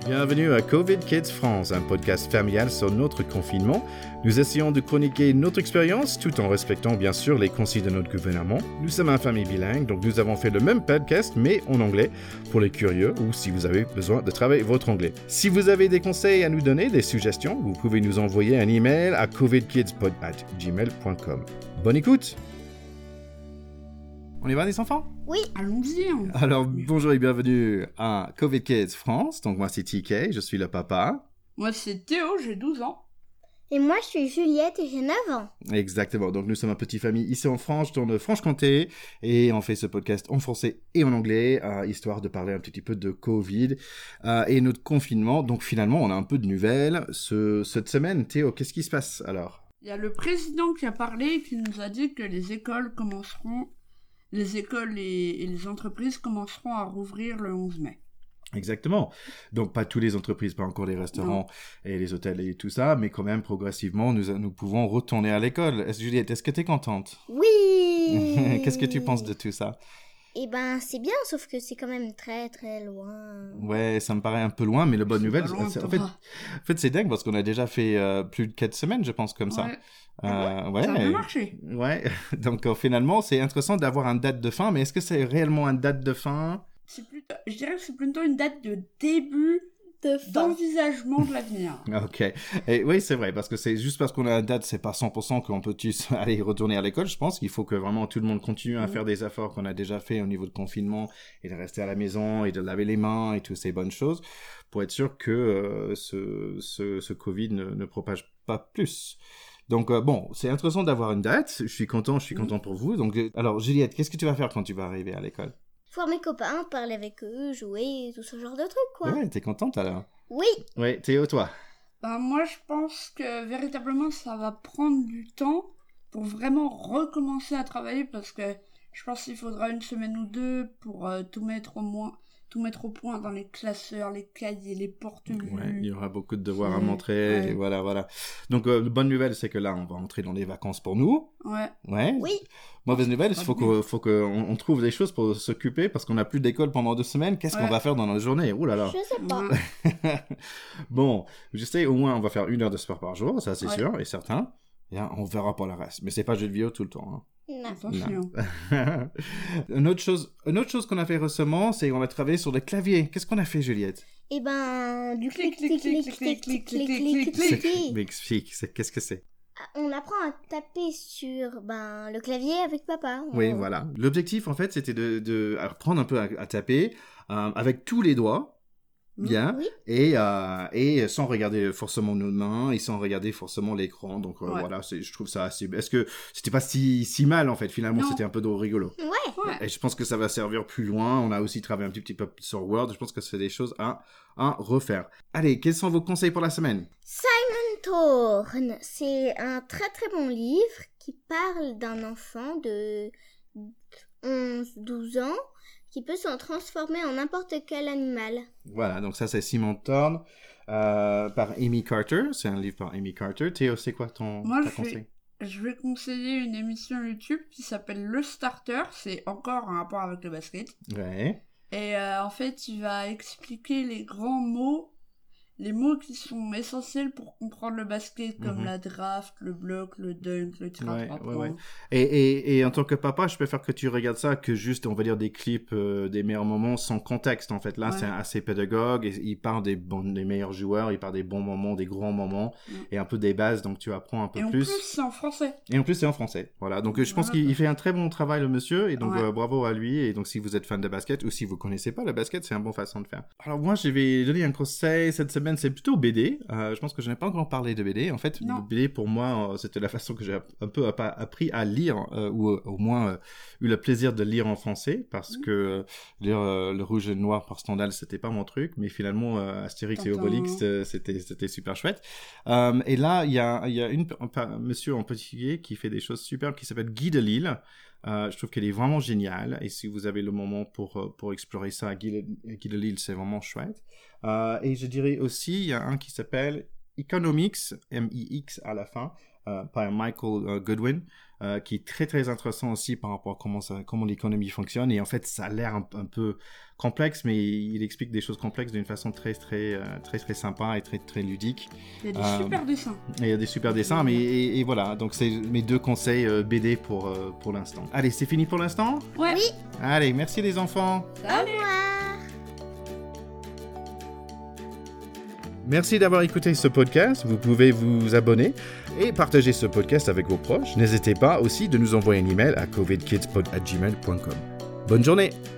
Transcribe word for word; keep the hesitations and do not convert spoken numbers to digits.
Bienvenue à COVID Kids France, un podcast familial sur notre confinement. Nous essayons de chroniquer notre expérience tout en respectant bien sûr les consignes de notre gouvernement. Nous sommes une famille bilingue, donc nous avons fait le même podcast mais en anglais pour les curieux ou si vous avez besoin de travailler votre anglais. Si vous avez des conseils à nous donner, des suggestions, vous pouvez nous envoyer un email à covidkidspod arobase gmail point com. Bonne écoute! On y va les enfants? Oui, allons-y. Alors, bonjour et bienvenue à COVID Kids France. Donc, moi, c'est T K, je suis le papa. Moi, c'est Théo, j'ai douze ans. Et moi, je suis Juliette et j'ai neuf ans. Exactement. Donc, nous sommes une petite famille ici en France, dans le Franche-Comté. Et on fait ce podcast en français et en anglais, euh, histoire de parler un petit peu de Covid euh, et notre confinement. Donc, finalement, on a un peu de nouvelles. Ce, cette semaine, Théo, qu'est-ce qui se passe alors? Il y a le président qui a parlé et qui nous a dit que les écoles commenceront... Les écoles et, et les entreprises commenceront à rouvrir le onze mai. Exactement. Donc, pas toutes les entreprises, pas encore les restaurants non. et les hôtels et tout ça, mais quand même, progressivement, nous, nous pouvons retourner à l'école. Est-ce, Juliette, est-ce que tu es contente? Oui. Qu'est-ce que tu penses de tout ça? Eh ben, c'est bien, sauf que c'est quand même très, très loin. Ouais, ça me paraît un peu loin, mais la bonne nouvelle, loin, c'est, en, fait, en fait, c'est dingue parce qu'on a déjà fait euh, plus de quatre semaines, je pense, comme ça. Ouais. Euh, ouais, ça a bien marché. Ouais, donc euh, finalement, c'est intéressant d'avoir une date de fin, mais est-ce que c'est réellement une date de fin? C'est plutôt, je dirais que c'est plutôt une date de début de fin. D'envisagement de l'avenir. Ok, et oui, c'est vrai, parce que c'est juste parce qu'on a une date, c'est pas cent pour cent qu'on peut tous aller retourner à l'école. Je pense qu'il faut que vraiment tout le monde continue à mmh. faire des efforts qu'on a déjà fait au niveau de confinement et de rester à la maison et de laver les mains et toutes ces bonnes choses pour être sûr que euh, ce, ce, ce Covid ne, ne propage pas plus. Donc, euh, bon, c'est intéressant d'avoir une date. Je suis content, je suis content pour vous. Donc, euh, alors, Juliette, qu'est-ce que tu vas faire quand tu vas arriver à l'école? Voir mes copains, parler avec eux, jouer, tout ce genre de trucs, quoi. Ouais, t'es contente alors? Oui. Ouais, Théo, toi? Ben, moi, je pense que véritablement, ça va prendre du temps pour vraiment recommencer à travailler parce que je pense qu'il faudra une semaine ou deux pour euh, tout mettre au moins... tout mettre au point dans les classeurs, les cahiers, les porte-vues. Ouais, il y aura beaucoup de devoirs à montrer, ouais. et voilà, voilà. Donc, euh, bonne nouvelle, c'est que là, on va entrer dans les vacances pour nous. Ouais. Ouais. Oui. Mauvaise nouvelle, il faut qu'on faut qu'on on trouve des choses pour s'occuper, parce qu'on n'a plus d'école pendant deux semaines. Qu'est-ce ouais. qu'on va faire dans notre journée? Ouh là là. Je sais pas. Bon, je sais, au moins, on va faire une heure de sport par jour, ça c'est ouais. sûr, et certain. Et on verra pour le reste. Mais c'est pas jeu de vidéo tout le temps, hein. Non. Attention. Non. une, autre chose, une autre chose qu'on a fait récemment, c'est qu'on a travaillé sur le clavier. Qu'est-ce qu'on a fait, Juliette? Eh ben, du clic, clic, clic, clic, clic, clic, clic, clic. Mais explique, qu'est-ce que c'est? On apprend à taper sur ben, le clavier avec papa. Oui, on... voilà. L'objectif, en fait, c'était de, de apprendre un peu à, à taper euh, avec tous les doigts. Bien, oui. et, euh, et sans regarder forcément nos mains et sans regarder forcément l'écran. Donc euh, ouais. voilà, c'est, je trouve ça assez... Est-ce que c'était pas si, si mal en fait, finalement, non. C'était un peu de rigolo. Ouais. ouais. Et je pense que ça va servir plus loin. On a aussi travaillé un petit, petit peu sur Word. Je pense que c'est des choses à, à refaire. Allez, quels sont vos conseils pour la semaine? Simon Thorne, c'est un très très bon livre qui parle d'un enfant de onze douze ans qui peut se transformer en n'importe quel animal. Voilà, donc ça c'est Simon Thorne euh, par Amy Carter. C'est un livre par Amy Carter. Théo, c'est quoi ton Moi, ta je conseil? vais, je vais conseiller une émission YouTube qui s'appelle Le Starter. C'est encore un rapport avec le basket. Ouais. Et euh, en fait, il va expliquer les grands mots, les mots qui sont essentiels pour comprendre le basket, comme mm-hmm. la draft, le bloc, le dunk, le tir à trois points. Ouais, ouais. Et, et, et en tant que papa, je préfère que tu regardes ça que juste, on va dire, des clips euh, des meilleurs moments sans contexte. En fait, là, ouais. c'est assez pédagogue. Et il parle des, bons, des meilleurs joueurs, il parle des bons moments, des grands moments, mm. et un peu des bases. Donc, tu apprends un peu et plus. Et en plus, c'est en français. Et en plus, c'est en français. Voilà. Donc, je pense voilà. qu'il fait un très bon travail, le monsieur. Et donc, ouais. euh, bravo à lui. Et donc, si vous êtes fan de basket ou si vous connaissez pas le basket, c'est une bonne façon de faire. Alors, moi, je vais donner un conseil cette semaine. C'est plutôt B D. Euh, je pense que je n'ai pas encore parlé de B D. En fait, non. le B D, pour moi, euh, c'était la façon que j'ai un peu appris à lire, euh, ou euh, au moins euh, eu le plaisir de lire en français, parce mmh. que euh, lire euh, le rouge et le noir par Stendhal, c'était pas mon truc, mais finalement, euh, Astérix Tintin. Et Obélix, c'était, c'était super chouette. Euh, et là, il y a, y a une, un monsieur en particulier qui fait des choses superbes, qui s'appelle Guy Delisle. Euh, je trouve qu'elle est vraiment géniale, et si vous avez le moment pour, pour explorer ça, Guy, Guy Delisle, c'est vraiment chouette. Euh, et je dirais aussi, il y a un qui s'appelle Economics, M I X à la fin, euh, par Michael uh, Goodwin. euh, qui est très très intéressant aussi par rapport à comment, ça, comment l'économie fonctionne. Et en fait, ça a l'air un, un peu complexe, mais il explique des choses complexes d'une façon très très, euh, très, très sympa et très très ludique. Il y a des Euh, super dessins. Et il y a des super dessins, mais et, et voilà, donc c'est mes deux conseils euh, B D pour, euh, pour l'instant. Allez, c'est fini pour l'instant? Ouais. Oui. Allez, merci les enfants. Salut. Au revoir. Merci d'avoir écouté ce podcast. Vous pouvez vous abonner et partager ce podcast avec vos proches. N'hésitez pas aussi de nous envoyer un email à covidkidspod arobase gmail point com. Bonne journée!